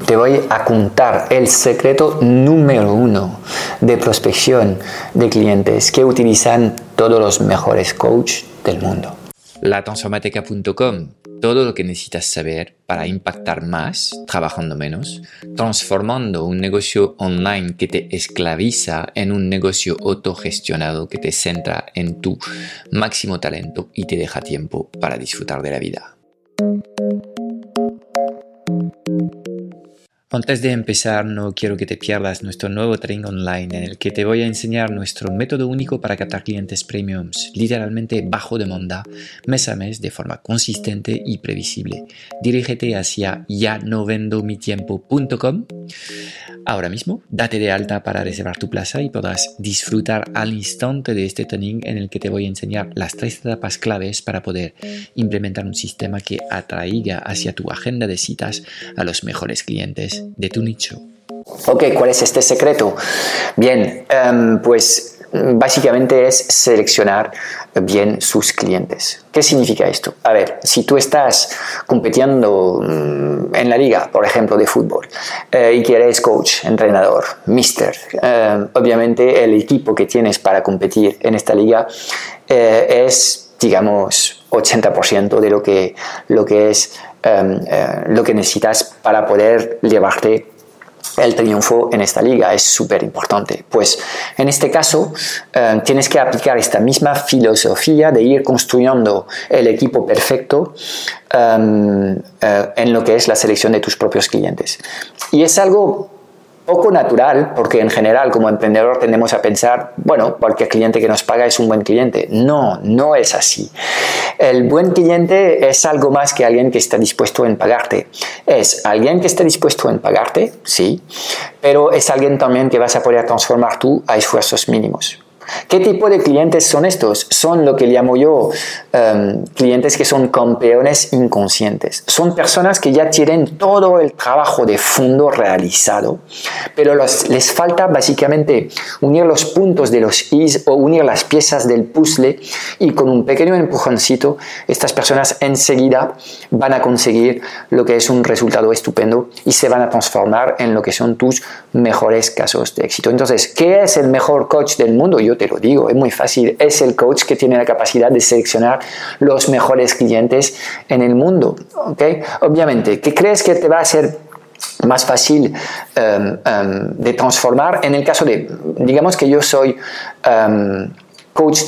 te voy a contar el secreto número 1 de prospección de clientes que utilizan todos los mejores coaches del mundo. Latransformateca.com, todo lo que necesitas saber para impactar más, trabajando menos, transformando un negocio online que te esclaviza en un negocio autogestionado que te centra en tu máximo talento y te deja tiempo para disfrutar de la vida. Antes de empezar, no quiero que te pierdas nuestro nuevo training online en el que te voy a enseñar nuestro método único para captar clientes premiums, literalmente bajo demanda, mes a mes, de forma consistente y previsible. Dirígete hacia yanovendomitiempo.com. Ahora mismo, date de alta para reservar tu plaza y podrás disfrutar al instante de este training en el que te voy a enseñar las 3 etapas claves para poder implementar un sistema que atraiga hacia tu agenda de citas a los mejores clientes de tu nicho. Ok, ¿cuál es este secreto? Bien, pues básicamente es seleccionar bien sus clientes. ¿Qué significa esto? A ver, si tú estás compitiendo en la liga, por ejemplo, de fútbol, y que eres coach, entrenador, mister, obviamente el equipo que tienes para competir en esta liga es, digamos, 80% de lo que necesitas para poder llevarte el triunfo en esta liga. Es súper importante. Pues en este caso tienes que aplicar esta misma filosofía de ir construyendo el equipo perfecto en lo que es la selección de tus propios clientes. Y es algo poco natural, porque en general como emprendedor tendemos a pensar, bueno, cualquier cliente que nos paga es un buen cliente. No, no es así. El buen cliente es algo más que alguien que está dispuesto en pagarte. Es alguien que está dispuesto en pagarte, sí, pero es alguien también que vas a poder transformar tú a esfuerzos mínimos. ¿Qué tipo de clientes son estos? Son lo que llamo yo clientes que son campeones inconscientes. Son personas que ya tienen todo el trabajo de fondo realizado, pero les falta básicamente unir los puntos de los is o unir las piezas del puzzle, y con un pequeño empujoncito estas personas enseguida van a conseguir lo que es un resultado estupendo y se van a transformar en lo que son tus mejores casos de éxito. Entonces, ¿qué es el mejor coach del mundo? Yo te lo digo, es muy fácil. Es el coach que tiene la capacidad de seleccionar los mejores clientes en el mundo. ¿Okay? Obviamente, ¿qué crees que te va a hacer más fácil de transformar? En el caso de, digamos que yo soy coach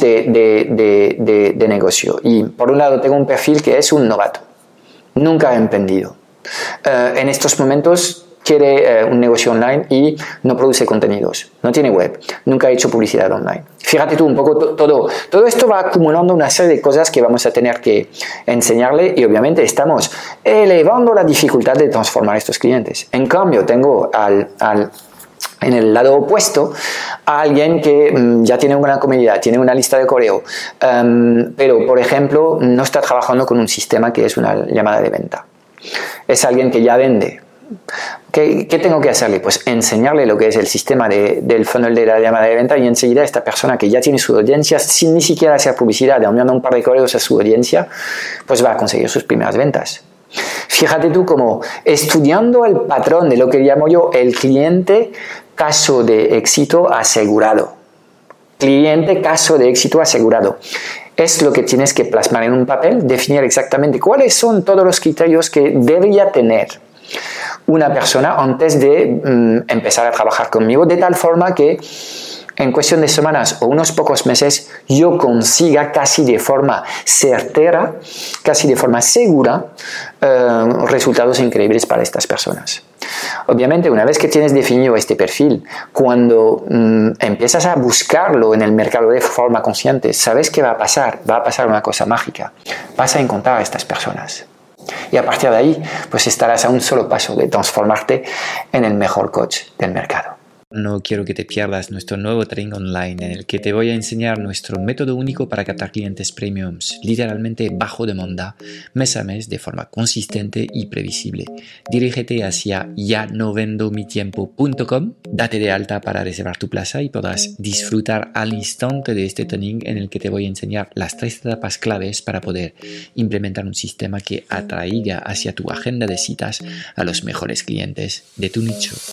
de negocio, y por un lado tengo un perfil que es un novato, nunca ha emprendido. En estos momentos quiere un negocio online y no produce contenidos, no tiene web, nunca ha hecho publicidad online. Fíjate tú un poco, todo esto va acumulando una serie de cosas que vamos a tener que enseñarle, y obviamente estamos elevando la dificultad de transformar estos clientes. En cambio, tengo en el lado opuesto a alguien que ya tiene una comunidad, tiene una lista de correo, pero por ejemplo no está trabajando con un sistema que es una llamada de venta. Es alguien que ya vende. ¿Qué tengo que hacerle? Pues enseñarle lo que es el sistema del funnel de la llamada de venta, y enseguida esta persona que ya tiene su audiencia, sin ni siquiera hacer publicidad, enviando un par de correos a su audiencia, pues va a conseguir sus primeras ventas. Fíjate tú cómo, estudiando el patrón de lo que llamo yo el cliente caso de éxito asegurado. Cliente caso de éxito asegurado. Es lo que tienes que plasmar en un papel, definir exactamente cuáles son todos los criterios que debería tener una persona antes de empezar a trabajar conmigo, de tal forma que en cuestión de semanas o unos pocos meses yo consiga casi de forma certera, casi de forma segura, resultados increíbles para estas personas. Obviamente, una vez que tienes definido este perfil, cuando empiezas a buscarlo en el mercado de forma consciente, ¿sabes qué va a pasar? Va a pasar una cosa mágica. Vas a encontrar a estas personas. Y a partir de ahí, pues estarás a un solo paso de transformarte en el mejor coach del mercado. No quiero que te pierdas nuestro nuevo training online en el que te voy a enseñar nuestro método único para captar clientes premiums, literalmente bajo demanda, mes a mes de forma consistente y previsible. Dirígete hacia yanovendomitiempo.com, date de alta para reservar tu plaza y podrás disfrutar al instante de este training en el que te voy a enseñar las 3 etapas claves para poder implementar un sistema que atraiga hacia tu agenda de citas a los mejores clientes de tu nicho.